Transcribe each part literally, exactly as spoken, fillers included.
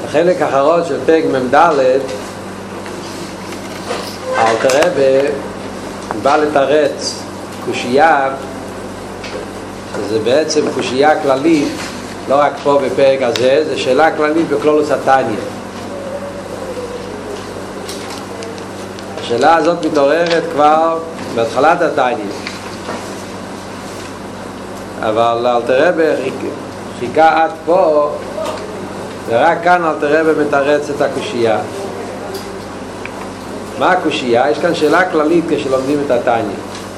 החלק האחרון של פרק מ"ד, אלתר רבי בא לתרץ קושייה, שזה בעצם קושייה כללית, לא רק פה בפרק הזה, זה שאלה כללית בכלולוס התניא. השאלה הזאת מתעוררת כבר בהתחלת התניא, אבל אלתר רבי חיכה עד פה, ורק כאן אלתר רבי מתרץ את הקושייה. מה הקושייה? יש כאן שאלה כללית כשלומדים את התניא.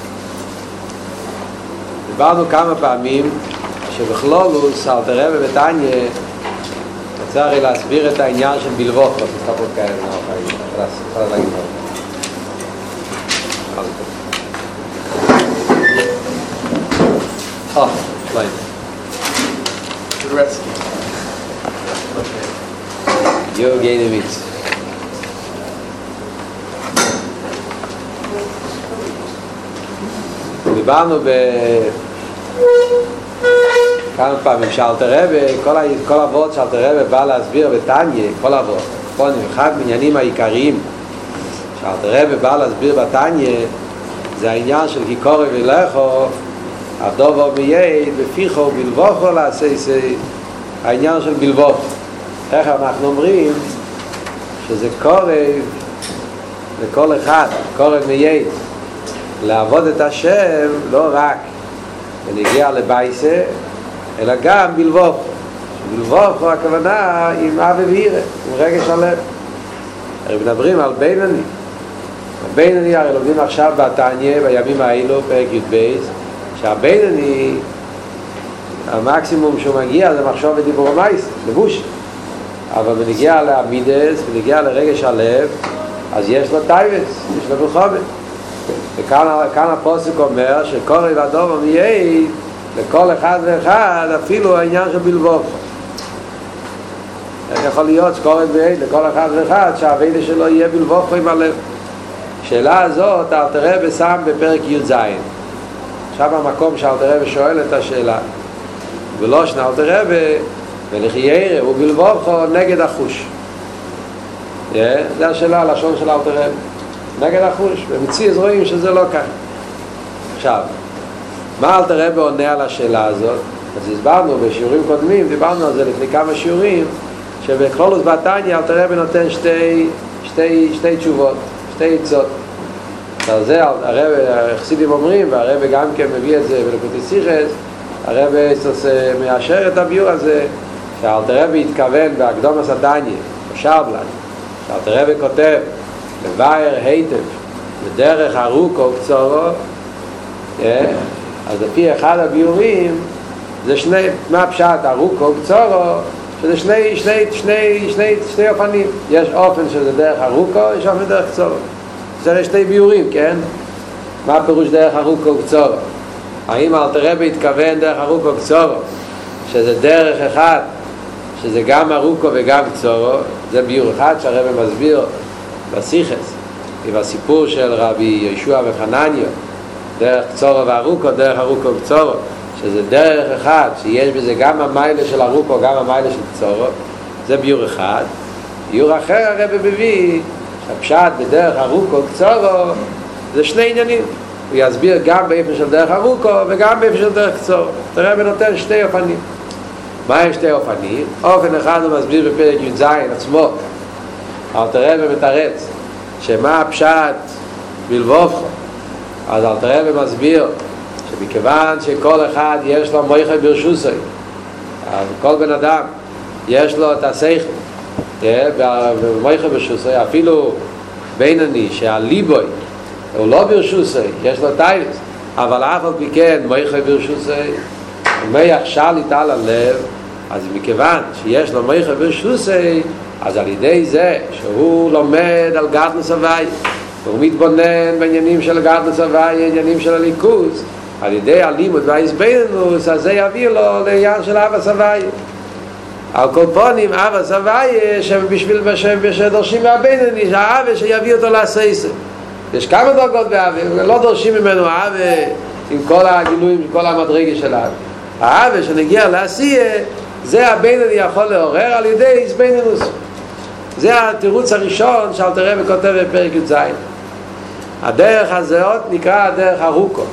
דיברנו כמה פעמים שבכלולוס אלתר רבי בתניא רוצה הרי להסביר את העניין של בלבוך, לא תסתפות כאלה, לא יכולה להגיד לו. Oh, fine. Good rescue. You gain it. דיברנו ב... כמה פעמים שאלתר רבי, כל, ה... כל אבות שאלתר רבי בא להסביר בתניא, כל אבות, אחד מעניינים העיקריים שאלתר רבי בא להסביר בתניא, זה העניין של כי קורא ולכו הדובר מייד בפיחו בלבוכו לעשייסי, העניין של בלבוך. איך אנחנו אומרים שזה קורא לכל אחד, קורא מייד לעבוד את השם לא רק ונגיע לבייסה אלא גם בלבוך. בלבוך הוא הכוונה עם אבי וירא, עם רגש הלב. הרי מדברים על בינני, הבינני הרי לומדים עכשיו בתניא בימים האלו פרק י"ב, שהבינני המקסימום שהוא מגיע זה מחשוב ודיבור ומייס, לבוש, אבל בנגיע לעמידס ונגיע לרגש הלב אז יש לו טייבס, יש לו מלחמת. וכאן הפוסק אומר שקורא והדובר מייד לכל אחד ואחד אפילו העניין של בלבוך. איך יכול להיות שקורא מייד לכל אחד ואחד שהעבודה שלו יהיה בלבוך עם הלב? השאלה הזאת אלתר רבי שם בפרק י"ז. עכשיו המקום שאלתר רבי שואל את השאלה ולושן אלתר רבי ולחיירא ובלבוכו נגד החוש. זה השאלה, הלשון של אלתר רבי נגד החוש, ומציז רואים שזה לא כך. עכשיו, מה אלתר רבי עונה על השאלה הזאת? אז הסברנו בשיעורים קודמים, דיברנו על זה לפני כמה שיעורים, שבכלולוס בתניא אלתר רבי נותן שתי, שתי, שתי תשובות, שתי עצות. על זה הרבי, החסידים אומרים, והרבי גם כן מביא את זה בליקוטי שיחס, הרבי מאשר את הביור הזה, שאלתר רבי התכוון בהקדומות התניא, בשרבלן, שאלתר רבי כותב, לבאר היטב, בדרך ארוכו וקצורו, אז לפי אחד הביורים, זה שני, מה פשט ארוכו וקצורו, שזה שני, שני, שני, שני, שני אופנים. יש אופן שזה דרך ארוכו, יש אופן דרך קצורו. זה שני ביורים, כן? מה פירוש דרך ארוכו וקצורו? האם אלתר רבי התכוון דרך ארוכו וקצורו, שזה דרך אחד, שזה גם ארוכו וגם קצורו, זה ביור אחד שהרבי מסביר בשיחס, ובסיפור של רבי ישוע וחנניה, דרך קצורו וארוכו, דרך ארוכו וקצורו, שזה דרך אחד, שיש בזה גם המיילה של ארוכו, גם המיילה של קצורו, זה ביור אחד. ביור אחר הרבי מביא, שהפשט בדרך ארוכו וקצורו, זה שני עניינים. הוא יסביר גם באופן של דרך ארוכו, וגם באופן של דרך קצורו. הרבי נותן שתי אופנים. מה הם שתי אופנים? אופן אחד הוא מסביר בפרק י"ז עצמו, אלתר רבי מתרץ שמה הפשט בלבוכו. אז אלתר רבי מסביר שמכיוון שכל אחד יש לו מויכה ברשוסי, כל בן אדם יש לו את השכל במויכה ברשוסי, אפילו בינני שהליבוי הוא לא ברשוסי, יש לו טייבס, אבל אף על פי כן מויכה ברשוסי, מייח שליט על הלב. אז מכיוון שיש לו מויכה ברשוסי, אז על ידי זה שהוא לומד על גדלוס הוויה, והוא מתבונן בעניינים של גדלוס הוויה, עניינים של הליכוז, על ידי הלימוד וההסבינוס, אז זה יביא לו לעניין של אבס הוויה. על כל פונים אבס הוויה שבשביל שדורשים מהבינני, שהאבס שיביא אותו לעשייסה. יש כמה דרגות באבס, לא דורשים ממנו אבס עם כל הגילויים, עם כל המדרגה של האבס. האבס שנגיע לעשייה, זה הבינוני יכול לעורר על ידי איזבנינוס. זה התירוץ הראשון שאלתר רבי כותב בפרק י"ז. הדרך הזאת נקרא הדרך ארוכו.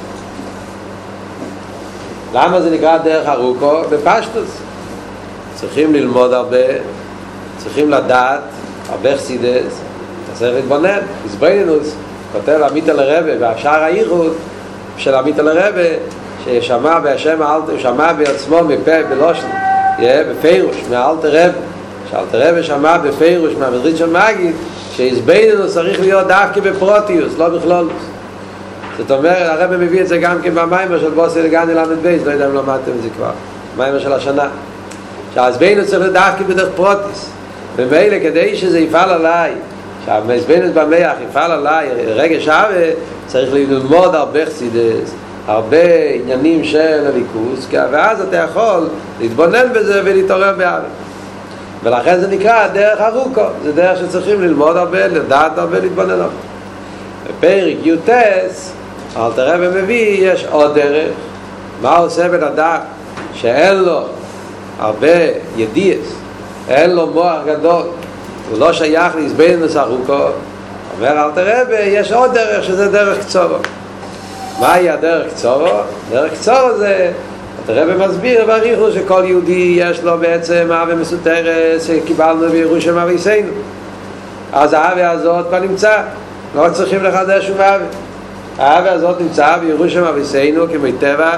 למה זה נקרא דרך ארוכו? בפשטוס. צריכים ללמוד הרבה, צריכים לדעת, הרבה חסידס, צריך להתבונן. איזבנינוס כותב עמית אל הרבי, והשאר הייחוד של עמית אל הרבי, ששמע בהשם האלתר, שמע בעצמו מפה בלושן, בפירוש, מהאלתר רבי, שאלתר רבי שמע בפירוש מהמדריד של מגיד, שאיזבנינוס צריך להיות דווקא בפרוטיוס, לא בכלולוס. זאת אומרת, הרבי מביא את זה גם כן במיימר של בוסי לגני למד בייס, לא יודע אם למדתם את זה כבר, מיימר של השנה. שהאיזבנינוס צריך להיות דווקא בדרך פרוטיוס. ומילא כדי שזה יפעל עליי, שהאיזבנינוס במח יפעל עליי, רגש אהבה, צריך ללמוד הרבה חסידס, הרבה עניינים של הליכוס, ואז אתה יכול להתבונן בזה ולהתעורר באהבה. ולכן זה נקרא דרך ארוכו, זה דרך שצריכים ללמוד הרבה, לדעת הרבה, להתבונן הרבה. בפרק יוטס, אלתר רבי מביא, יש עוד דרך. מה עושה בן אדם שאין לו הרבה ידיעס, אין לו מוח גדול, הוא לא שייך לאיזבנינוס ארוכו? אומר אלתר רבי, יש עוד דרך שזה דרך קצורו. מהי הדרך קצורו? דרך קצורו זה, אלתר רבי מסביר בריחו שכל יהודי יש לו בעצם אהבה מסותרת שקיבלנו בירושה מאביסנו. אז האהבה הזאת כבר נמצא, לא צריכים לחדש שום אהבה. האהבה הזאת נמצא בירושה מאביסנו כמטבע,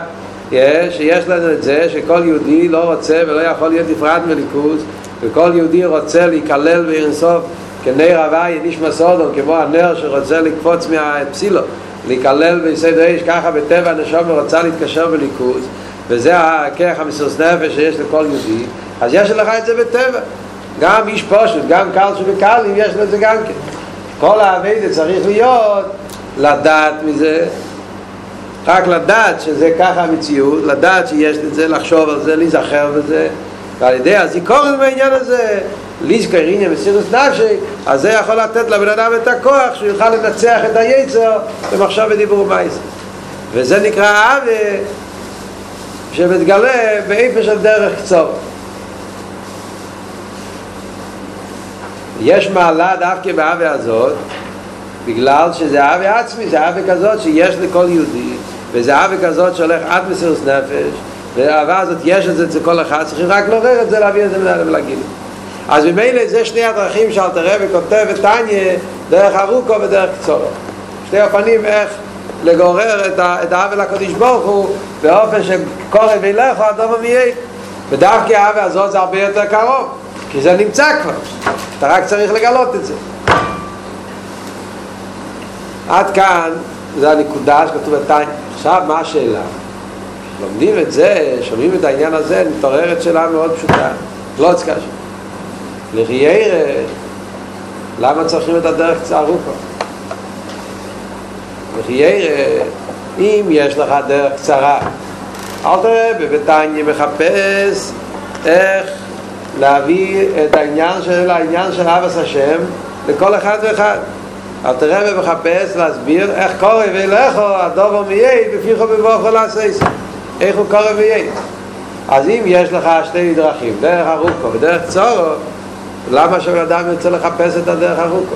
שיש לנו את זה שכל יהודי לא רוצה ולא יכול להיות נפרד מליכוז, וכל יהודי רוצה להיכלל באינסוף כנר הוואי נשמע סודום, כמו הנר שרוצה לקפוץ מהפסילו, להיכלל ביסוד האש, ככה בטבע הנשמה רוצה להתקשר בליכוז, וזה הכרך המסוס נפש שיש לכל יהודי. אז יש לך את זה בטבע, גם איש פשוט, גם קל שבקלים יש לו את זה גם כן. כל העבודה צריך להיות לדעת מזה, רק לדעת שזה ככה המציאות, לדעת שיש את זה, לחשוב על זה, להיזכר בזה, ועל ידי הזיכרון בעניין הזה, ליזכר עניין מסירות נפשי, אז זה יכול לתת לבן אדם את הכוח שהוא יוכל לנצח את היצר במחשב ודיבור ומעשה. וזה נקרא אהבה שמתגלה באיפה של דרך קצור. יש מעלה דווקא באהבה הזאת, בגלל שזה אהבה עצמי, זה אהבה כזאת שיש לכל יהודי, וזה אהבה כזאת שהולך עד מסירות נפש, והאהבה הזאת יש את זה אצל כל אחד, צריכים רק לעורר את זה, להביא את זה מנהל ולהגיד. אז ממילא זה שני הדרכים שאלתר רבי כותב ותניא, דרך ארוכו ודרך קצורו. שני אופנים איך לגורר את האהבה לקדוש ברוך הוא באופן שקורא וילך האדום המייד. ודווקא האהבה הזאת זה הרבה יותר קרוב, כי זה נמצא כבר, אתה רק צריך לגלות את זה. עד כאן זה הנקודה שכתוב בתניא. עכשיו מה השאלה? לומדים את זה, שומעים את העניין הזה, מתעוררת שאלה מאוד פשוטה, לא צקה שם. לחיירה, למה צריכים את הדרך ארוכו? לחיירה, אם יש לך דרך קצרה, אל תראה, בתניא מחפש איך להביא את העניין של העניין של אהבת השם לכל אחד ואחד. אל תראה ומחפש להסביר איך קורא וילכו הדובר מייד בפיחו בבוכו לעשייס, איך הוא קורא מייד. אז אם יש לך שתי דרכים, דרך ארוכו ודרך קצורו, למה שבן אדם יוצא לחפש את הדרך ארוכו?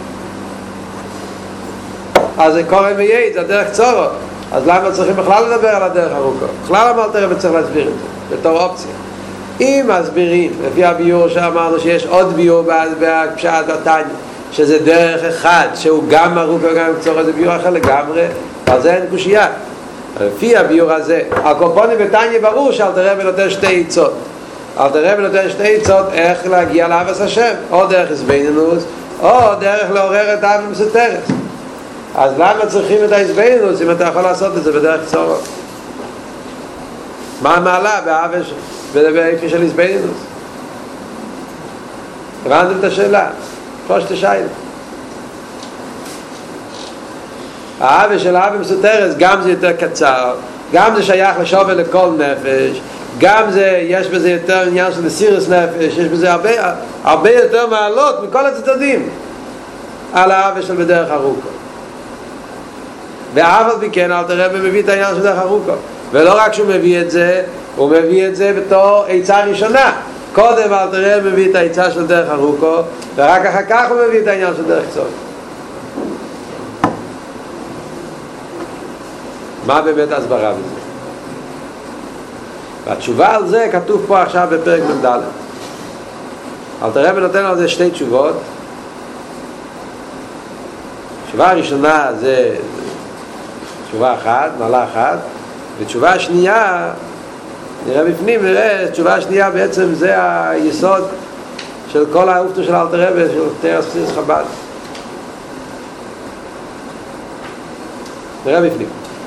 אז זה קורא מייד, זה הדרך קצורו, אז למה צריכים בכלל לדבר על הדרך ארוכו? בכלל למה אל תראה וצריך להסביר את זה בתור אופציה? אם מסבירים לפי הביור שאמרנו שיש עוד ביור בפשט בתניא שזה דרך אחד שהוא גם ארוכו וגם קצורו, זה ביור אחר לגמרי, אז זה אין קושייה. לפי הביור הזה, הקופונים בתניא ברור שאלתר רבי נותן שתי עצות. אלתר רבי נותן שתי עצות איך להגיע לאהבת השם, או דרך איזבנינוס, או דרך לעורר את האהבה מסותרת. אז למה צריכים את האיזבנינוס אם אתה יכול לעשות את זה בדרך קצורו? מה המעלה באהבה ובאיפה של איזבנינוס? הבנתם את השאלה? פשוט השאלה. האהבה של האהבה מסותרת גם זה יותר קצר, גם זה שייך לשובל לכל נפש, גם זה, יש בזה יותר עניין של מסירות נפש, יש בזה הרבה, הרבה יותר מעלות מכל הצדדים על האהבה של בדרך ארוכו. ואף על פי כן אלתר רבי מביא את העניין של דרך ארוכו, ולא רק שהוא מביא את זה, הוא מביא את זה בתור עצה ראשונה. קודם אלתר רבי מביא את העצה של דרך ארוכו, ורק אחר כך הוא מביא את העניין של דרך קצור. מה באמת הסברה בזה? והתשובה על זה כתוב פה עכשיו בפרק מ"ד. אלתר רבי נותן על זה שתי תשובות. התשובה הראשונה זה תשובה אחת, מעלה אחת, ותשובה השנייה, נראה בפנים, נראה, תשובה השנייה בעצם זה היסוד של כל האופטו של אלתר רבי, של תרס חסידות חב"ד. נראה בפנים.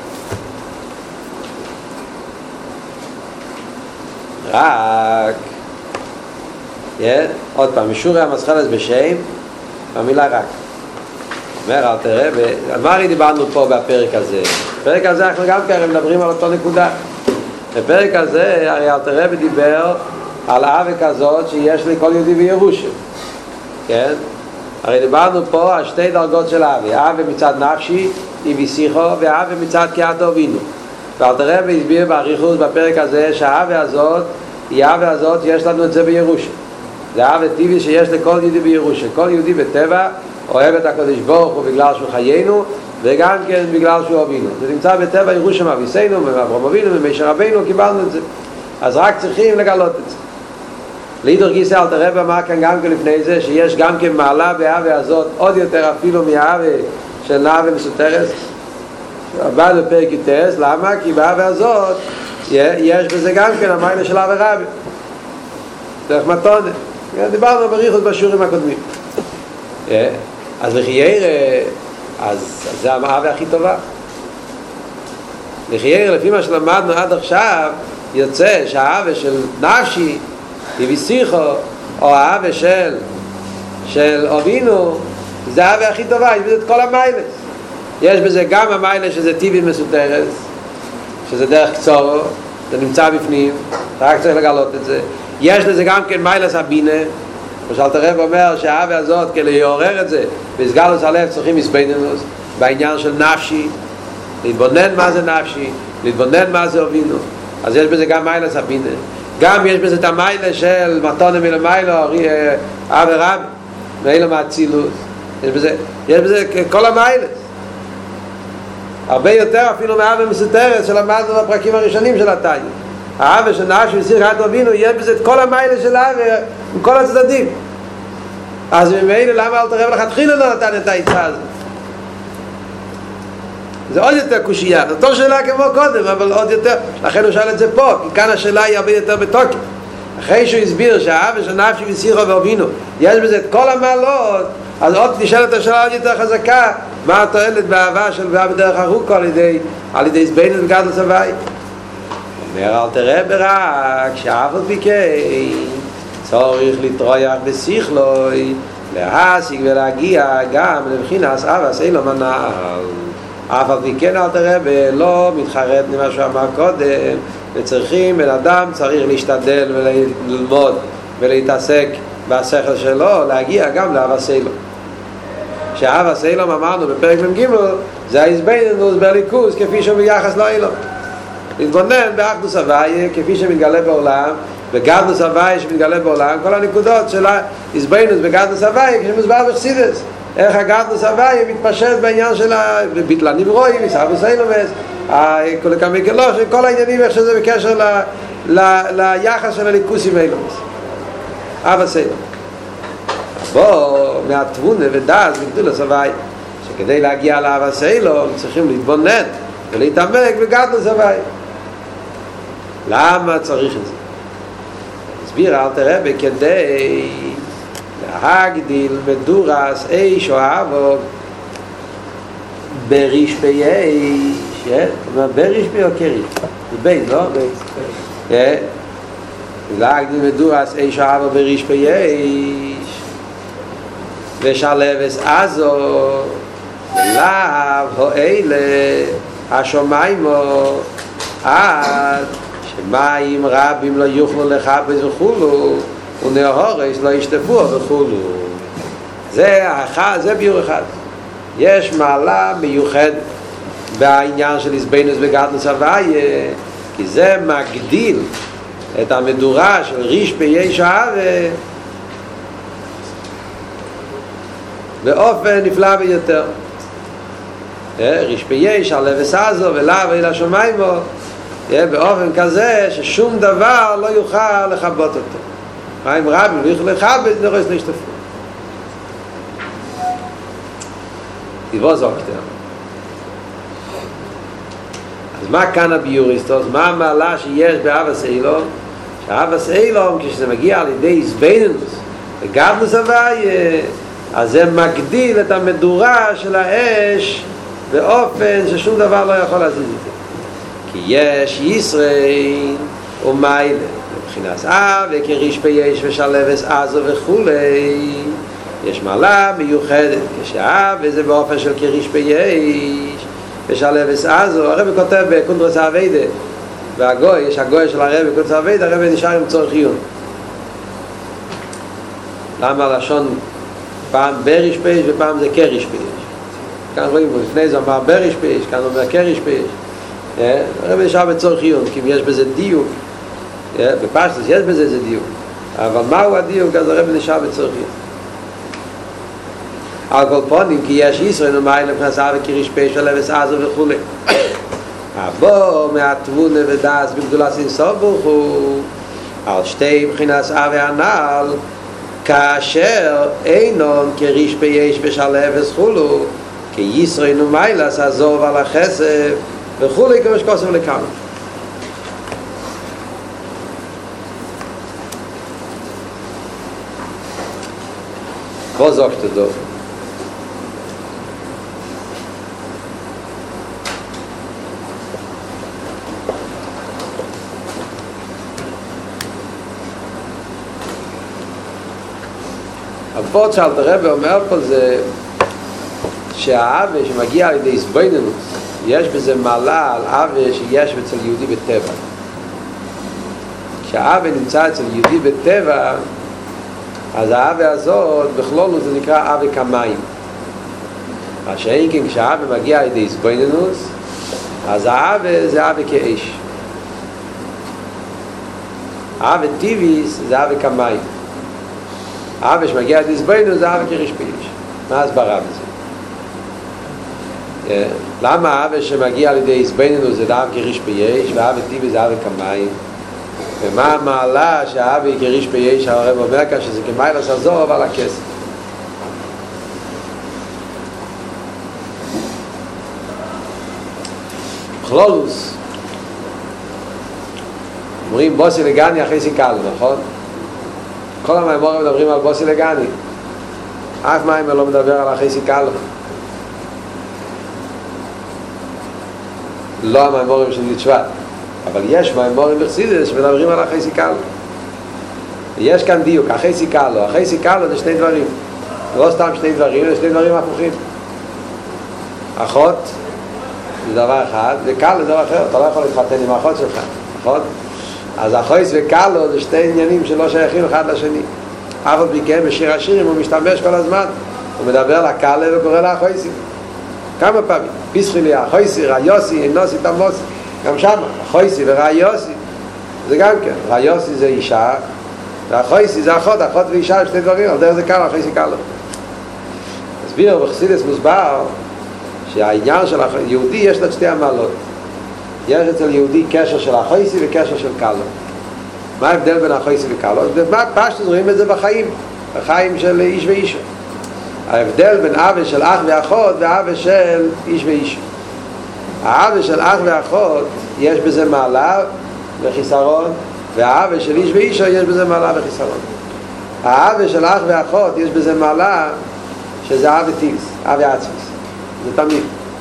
רק, yeah, עוד פעם, משורי המסחלת בשם, המילה רק. אומר אלתר רבי, על מה הרי דיברנו פה בפרק הזה? בפרק הזה אנחנו גם ככה מדברים על אותו נקודה. בפרק הזה הרי אלתר רבי דיבר על אהבה כזאת שיש לכל יהודי בירושה. כן? הרי דיברנו פה על שתי דרגות של אהבה. אהבה מצד נפשי, איביסיכו, ואהבה מצד קהתו בינו. ואלתר רבי הסביר באריכות בפרק הזה שהאהבה הזאת היא אהבה הזאת שיש לנו את זה בירושה. זה אהבה טבעי שיש לכל יהודי בירושה. כל יהודי בטבע אוהב את הקדוש ברוך הוא בגלל שהוא חיינו, וגם כן בגלל שהוא אבינו. זה נמצא בטבע ירושה מאביסנו, מאברהם אבינו, ממשה רבינו, קיבלנו את זה. אז רק צריכים לגלות את זה. לאידור גיסא אלתר רבי אמר כאן גם כן לפני זה, שיש גם כן מעלה באהבה הזאת עוד יותר אפילו מהאהבה של נאווה מסותרס. בא בפרק י"ט, למה? כי באהבה הזאת יש בזה גם כן המיילה של אהבה רבי. דרך מתונה. דיברנו בריחוס בשיעורים הקודמים. אז לחיירה, אז זה האהבה הכי טובה. לחיירה, לפי מה שלמדנו עד עכשיו, יוצא שהאהבה של נפשי, איביסיכו, או האהבה של של אבינו, זה האהבה הכי טובה, יש בזה את כל המיילס. יש בזה גם המיילה שזה טבעי מסותרס, שזה דרך קצורו, זה נמצא בפנים, אתה רק צריך לגלות את זה. יש לזה גם כן מיילס הבינה, אלתר רבי אומר שהאהבה הזאת כדי לעורר את זה בסגלוס הלב צריכים הסבינינוס בעניין של נפשי, להתבונן מה זה נפשי, להתבונן מה זה אבינו. אז יש בזה גם מיילס הבינה, גם יש בזה את המיילה של מתונה מלמיילו, אהבה רבי מאילו מהצילוס. יש בזה, יש בזה כל המיילס הרבה יותר אפילו מאהבה מסותרת שלמדנו בפרקים הראשונים של התניא. האהבה של נפשי וסיר חד אבינו, יש בזה את כל המיילה של האהבה עם כל הצדדים. אז ממילא למה אלתר רבי לכתחילה לא נתן את העצה הזאת? זה עוד יותר קושייה, זאת לא שאלה כמו קודם, אבל עוד יותר, לכן הוא שאל את זה פה, כי כאן השאלה היא הרבה יותר בתוקף. אחרי שהוא הסביר שהאהבה של נפשי וסיר ואבינו יש בזה את כל המעלות, אז עוד נשאלת השאלה עוד יותר חזקה, מה התועלת באהבה של באהבה בדרך ארוכו על ידי על ידי הסבינינוס וגדלוס הוואי. אומר אלתר רבי רק שאף על פי כן צריך לטרויח בשכלוי להשיג ולהגיע גם לבחינת אהבת אילום הנעל. אף על פי כן אלתר רבי לא מתחרט ממה שהוא אמר קודם, וצריכים, בן אדם צריך להשתדל וללמוד ולהתעסק בשכל שלו להגיע גם לאהבת אילום. שאהבת אילום אמרנו בפרק מ"ג זה ההסבינינוס בליכוז כפי שהוא ביחס לאילום, להתבונן באחדוס הוויה כפי שמתגלה בעולם, בגדלוס הוויה שמתגלה בעולם, כל הנקודות של ההסבינינוס בגדלוס הוויה כשמוסבר בחסידות, איך הגדלוס הוויה מתפשט בעניין של ביטול הנברואים, אהבת אילומס, כל כמה גלוש, כל העניינים איך שזה בקשר ליחס של הליכוס עם אילומס, אהבת אילום. בוא מהתבונה ודעת בגדולוס הוויה, שכדי להגיע לאהבת אילום צריכים להתבונן ולהתעמק בגדלוס הוויה. למה צריך את זה? הסביר אלתר רבי כדי להגדיל מדורס איש או אהבו בריש פייש, בריש פי או קריש, זה בין, לא? להגדיל מדורס איש או אהבו בריש פייש ושלבס עזו לאו או אלה השומיימו עד שמים רבים לא יוכלו לחפש וכולו ונאורס לא ישטפו וכולו. זה אחד, זה ביור אחד. יש מעלה מיוחד בעניין של הסבינינוס וגדלוס הוויה, כי זה מגדיל את המדורה של ריש פייש אהבה באופן נפלא ביותר. ריש פייש הלב וסעזו ולאו אל השמיים באופן כזה ששום דבר לא יוכל לחבות אותו. חיים רבים לא יוכל לחבת נורס להשתפו. תבוא זוקטר. אז מה כאן הביוריסטוס? מה המעלה שיש באבס אילום? שאבס אילום כשזה מגיע על ידי איזבנינוס וגבנוס הוויה, אז זה מגדיל את המדורה של האש באופן ששום דבר לא יכול להזיז את זה. כי יש ישראל ומיילה מבחינת אב וכריש פייש ושלבס עזו וכולי, יש מעלה מיוחדת כשאב וזה באופן של כריש פייש ושלבס עזו. הרב כותב בקונטרס האביידה והגוי, יש הגוי של הרב בקונטרס האביידה, הרב נשאר עם צורך עיון. למה הלשון פעם בריש פייש ופעם זה כריש פייש? כאן רואים, לפני זה אמר בריש פייש, כאן אומר כריש פייש. הרב נשאר בצורך עיון, כי יש בזה דיוק, בפשטוס יש בזה איזה דיוק, אבל מהו הדיוק? אז הרב נשאר בצורך עיון. על כל פונים, כי יש ישראל ומיילה מבחינת וכריש פייש ולבס עזו וכו'. הבוא מהתבונה ודס בגדולת אינסוף ברוך הוא על שתי מבחינת אב והנעל, כאשר אינון כריש פייש ושלבס חולו, כי ישראל ומיילה עזוב על החסף וכולי, כמו שכוסף לכמה. בוא זוקת דו. הפורט שאלת הרב אומר פה זה שהאווה שמגיע על ידי איזבנינוס, יש בזה מעלה על אווה שיש אצל יהודי בטבע. כשהאווה נמצא אצל יהודי בטבע, אז האווה הזאת בכלולו זה נקרא אווה כמים. מה שאין כן כשהאווה מגיע על ידי איזבנינוס, אז האווה זה אווה כאש. האווה טיביס זה אווה כמים. האווה שמגיע על ידי איזבנינוס זה אווה כריש פייש. מה הסברה בזה? למה האווה שמגיע על ידי איזבנינוס זה אווה כריש פייש והאווה טיביס זה אווה כמים? ומה המעלה שהאווה כריש פייש? הרב אומר כאן שזה כמיילס עזוב על הכסף. כלולוס אומרים בוסי לגני אחרי סיכלו, נכון? כל המיימורים מדברים על בוסי לגני, אף מיימר לא מדבר על אחרי סיכלו. לא המיימורים של נצ'וות, אבל יש מיימורים בחסידות שמדברים על אחרי סיכלו. יש כאן דיוק, אחרי סיכלו, אחרי סיכלו זה שני דברים, לא סתם שני דברים, זה שני דברים הפוכים. אחות זה דבר אחד, וקלו זה דבר אחר, אתה לא יכול להתחתן עם האחות שלך, נכון? אז החויס וקלו זה שתי עניינים שלא שייכים אחד לשני. אף עוד מכן בשיר השירים הוא משתמש כל הזמן, הוא מדבר לקלו וקורא לה החויסים כמה פעמים, פיסחילי החויסי, ראיוסי, אינוסי, תמוסי, גם שם, החויסי וראיוסי זה גם כן, ראיוסי זה אישה והחויסי זה אחות, אחות ואישה שתי דברים, על דרך זה קלו, החויסי קלו. הסביר בחסידות מוסבר שהעניין של היהודי יש לו שתי המעלות. יש אצל יהודי קשר של החויסי וקשר של קלו. מה ההבדל בין החויסי וקלו? פשטוס רואים את זה בחיים, בחיים של איש ואיש. ההבדל בין אבא של אח ואחות ואבא של איש ואיש. האבא של אח ואחות יש בזה מעלה וחיסרון, והאבא של איש ואיש יש בזה מעלה וחיסרון. האבא של אח ואחות יש בזה מעלה שזה אבא טיס, אבא עצמוס. זה תמיד.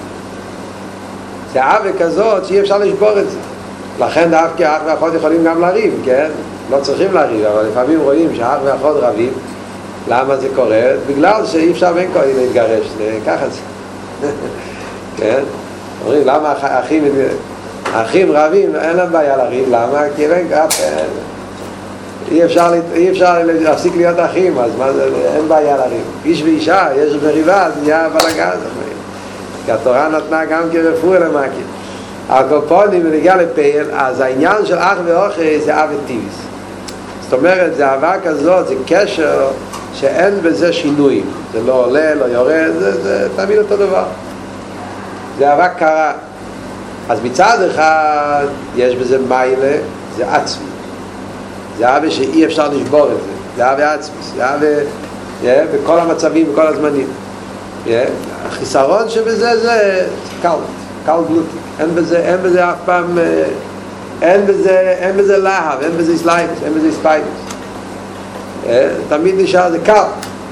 זה אבא כזאת שאי אפשר לשבור את זה. לכן דווקא אח ואחות יכולים גם לריב, כן? לא צריכים לריב, אבל לפעמים רואים שאח ואחות רבים. למה זה קורה? בגלל שאי אפשר בין כל להתגרש, ככה זה. כן? אומרים, למה אחים, אחים רבים, אין להם בעיה לריב, למה? כי אין כף, אי אפשר, אי אפשר להפסיק להיות אחים, אז מה זה, אין בעיה לריב. איש ואישה, יש מריבה, אז נהיה בלגן, כי התורה נתנה גם כרפואה למקל. הקופונים ונגיע לפייל, אז העניין של אח ואוכי זה אב וטיביס. זאת אומרת, זה אהבה כזאת, זה קשר שאין בזה שינויים. זה לא עולה, לא יורד, זה, זה תמיד אותו דבר. זה אהבה קרה. אז מצד אחד יש בזה מיילה, זה עצמי. זה אהבה שאי אפשר לשבור את זה. זה אהבה עצמי. זה אהבה yeah, בכל המצבים, בכל הזמנים. Yeah. החיסרון שבזה זה קל, קל גלוטי. אין בזה, אין בזה אף פעם, אין בזה, אין בזה להב, אין בזה סלייבס, אין בזה ספייבס. Yeah. תמיד נשאר, זה קל.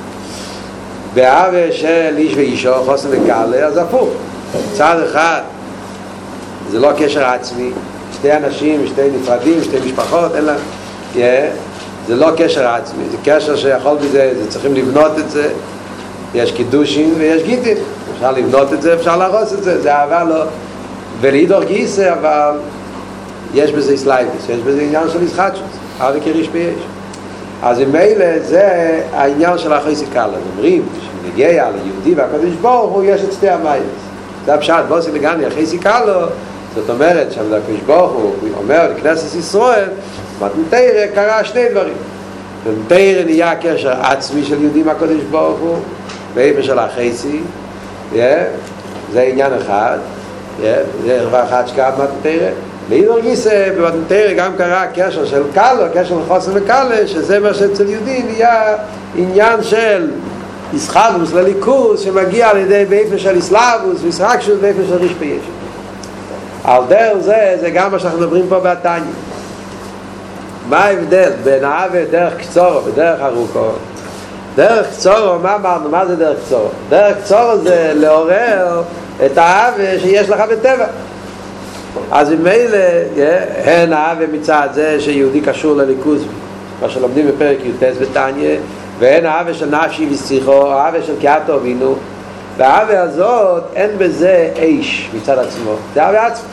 באהבה של איש ואישו, חוסן וקלה, אז הפוך. צד אחד, זה לא קשר עצמי, שתי אנשים, שתי נפרדים, שתי משפחות, אין לה, yeah, זה לא קשר עצמי, זה קשר שיכול בזה, זה צריכים לבנות את זה, יש קידושים ויש גיטים, אפשר לבנות את זה, אפשר להרוס את זה, זה אהבה לא, ולהידור גיסא, אבל יש בזה סלייבס, יש בזה עניין של ישחטשוס, אהבה כריש ביש. אז ממילא זה העניין של החייסי קלה, אומרים, כשנגיע ליהודי והקדוש ברוך הוא, יש את שתי המיילס. זה הפשט, בוסי לגני, החייסי קלו, זאת אומרת, שם הקדוש ברוך הוא אומר לכנסת ישראל, מתנתרא קרה שני דברים. במתנתרא נהיה קשר עצמי של יהודים הקדוש ברוך הוא, באיפה של החייסי, זה עניין אחד, זה דבר אחד שקרה במתנתרא. להידור גיסא, במתנתרא גם קרה קשר של קלו, קשר לחוסן וקלה, שזה מה שאצל יהודים נהיה עניין של ישחטשוס לליכוז שמגיע על ידי באיפה של אסלאבוס וישחטשוס באיפה של ריש ביש. על דרך זה, זה גם מה שאנחנו מדברים פה בתניא. מה ההבדל בין אהבה דרך קצורו ודרך ארוכו? דרך קצורו, מה אמרנו? מה זה דרך קצורו? דרך קצורו זה לעורר את האהבה שיש לך בטבע. אז ממילא, הן האהבה מצד זה שיהודי קשור לליכוז, מה שלומדים בפרק י"ט בתניא, ואין האהבה של נפשי ושכלו, האהבה של קהתו אבינו, והאהבה הזאת אין בזה איש מצד עצמו, זה אהבה עצמית.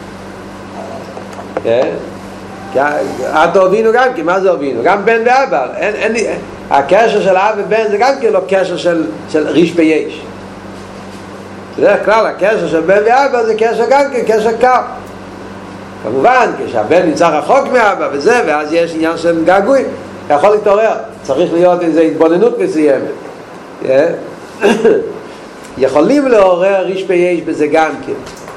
קהתו אבינו גם כן, מה זה אבינו? גם בן ואבא. אין, אין, אין, הקשר של אב ובן זה גם כן לא קשר של, של ריש ביש. בדרך כלל הקשר של בן ואבא זה קשר גם כן, קשר קר. כמובן, כשהבן נמצא רחוק מאבא וזה, ואז יש עניין של געגועים, יכול להתעורר, צריך להיות איזו התבוננות מסוימת. יכולים לעורר ריש ביש בזה גם כן.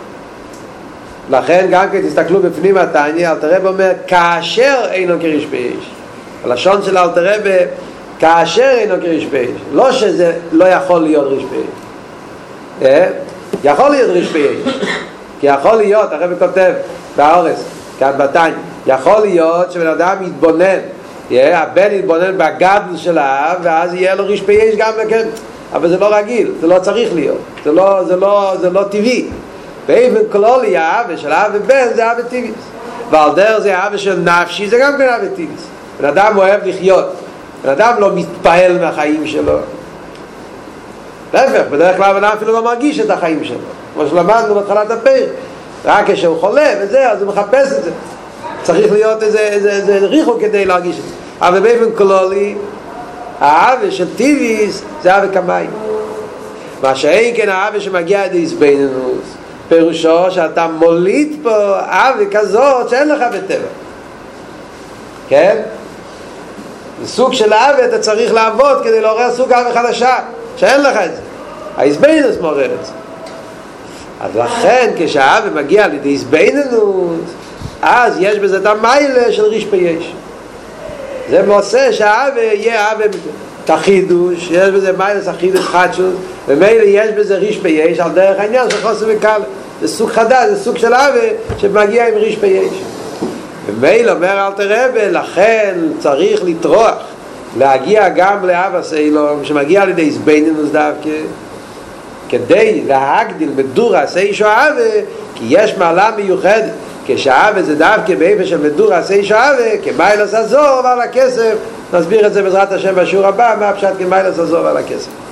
לכן גם כן תסתכלו בפנים התניא, אלתר רבי אומר כאשר אינו כריש ביש. הלשון של אלתר רבי כאשר אינו כריש ביש, לא שזה לא יכול להיות ריש ביש. יכול להיות ריש ביש, כי יכול להיות, הרבי כותב באורס, כאן בתניא, יכול להיות שבן אדם יתבונן, הבן יתבונן בגדל של האב, ואז יהיה לו ריש ביש גם לכן, אבל זה לא רגיל, זה לא צריך להיות, זה לא, זה לא, זה לא טבעי. באופן כללי האהבה של אב ובן זה אהבה טבעית, ועל דרך זה האהבה של נפשי זה גם כן אהבה טבעית. בן אדם אוהב לחיות, בן אדם לא מתפעל מהחיים שלו, להפך, בדרך כלל בן אדם אפילו לא מרגיש את החיים שלו, כמו שלמדנו בתחילת הפרק, רק כשהוא חולה וזה, אז הוא מחפש את זה, צריך להיות איזה, איזה, איזה ריחו כדי להרגיש את זה. אבל באופן כללי האהבה של טבעית זה אהבה כמיים. מה שאין כן האהבה שמגיע עד איזבנינוס, פירושו שאתה מוליד פה אהבה כזאת שאין לך בטבע. כן? זה סוג של אהבה אתה צריך לעבוד כדי לעורר סוג אהבה חדשה שאין לך את זה. האיזבנינוס מעורר את זה. אז לכן כשהאהבה מגיע לידי איזבנינוס, אז יש בזה את המיילה של ריש ביש. זה מוצא שהאהבה יהיה אהבה כחידוש, יש בזה מיילס החידוש חדשות, ומילא יש בזה ריש ביש על דרך העניין של חוסן וקלה. זה סוג חדש, זה סוג של אהבה שמגיע עם ריש ביש. ומילא אומר אלתר רבי, לכן צריך לטרוח להגיע גם לאהבה סיילום שמגיע על ידי איזבנינוס דווקא, כדי להגדיל מדורס אישו אהבה, כי יש מעלה מיוחדת כשאהבה זה דווקא באיפה של מדורס אישו אהבה, כמיילס הזור ועל הכסף. נסביר את זה בעזרת השם בשיעור הבא, מה הפשט כמיילס הזור ועל הכסף.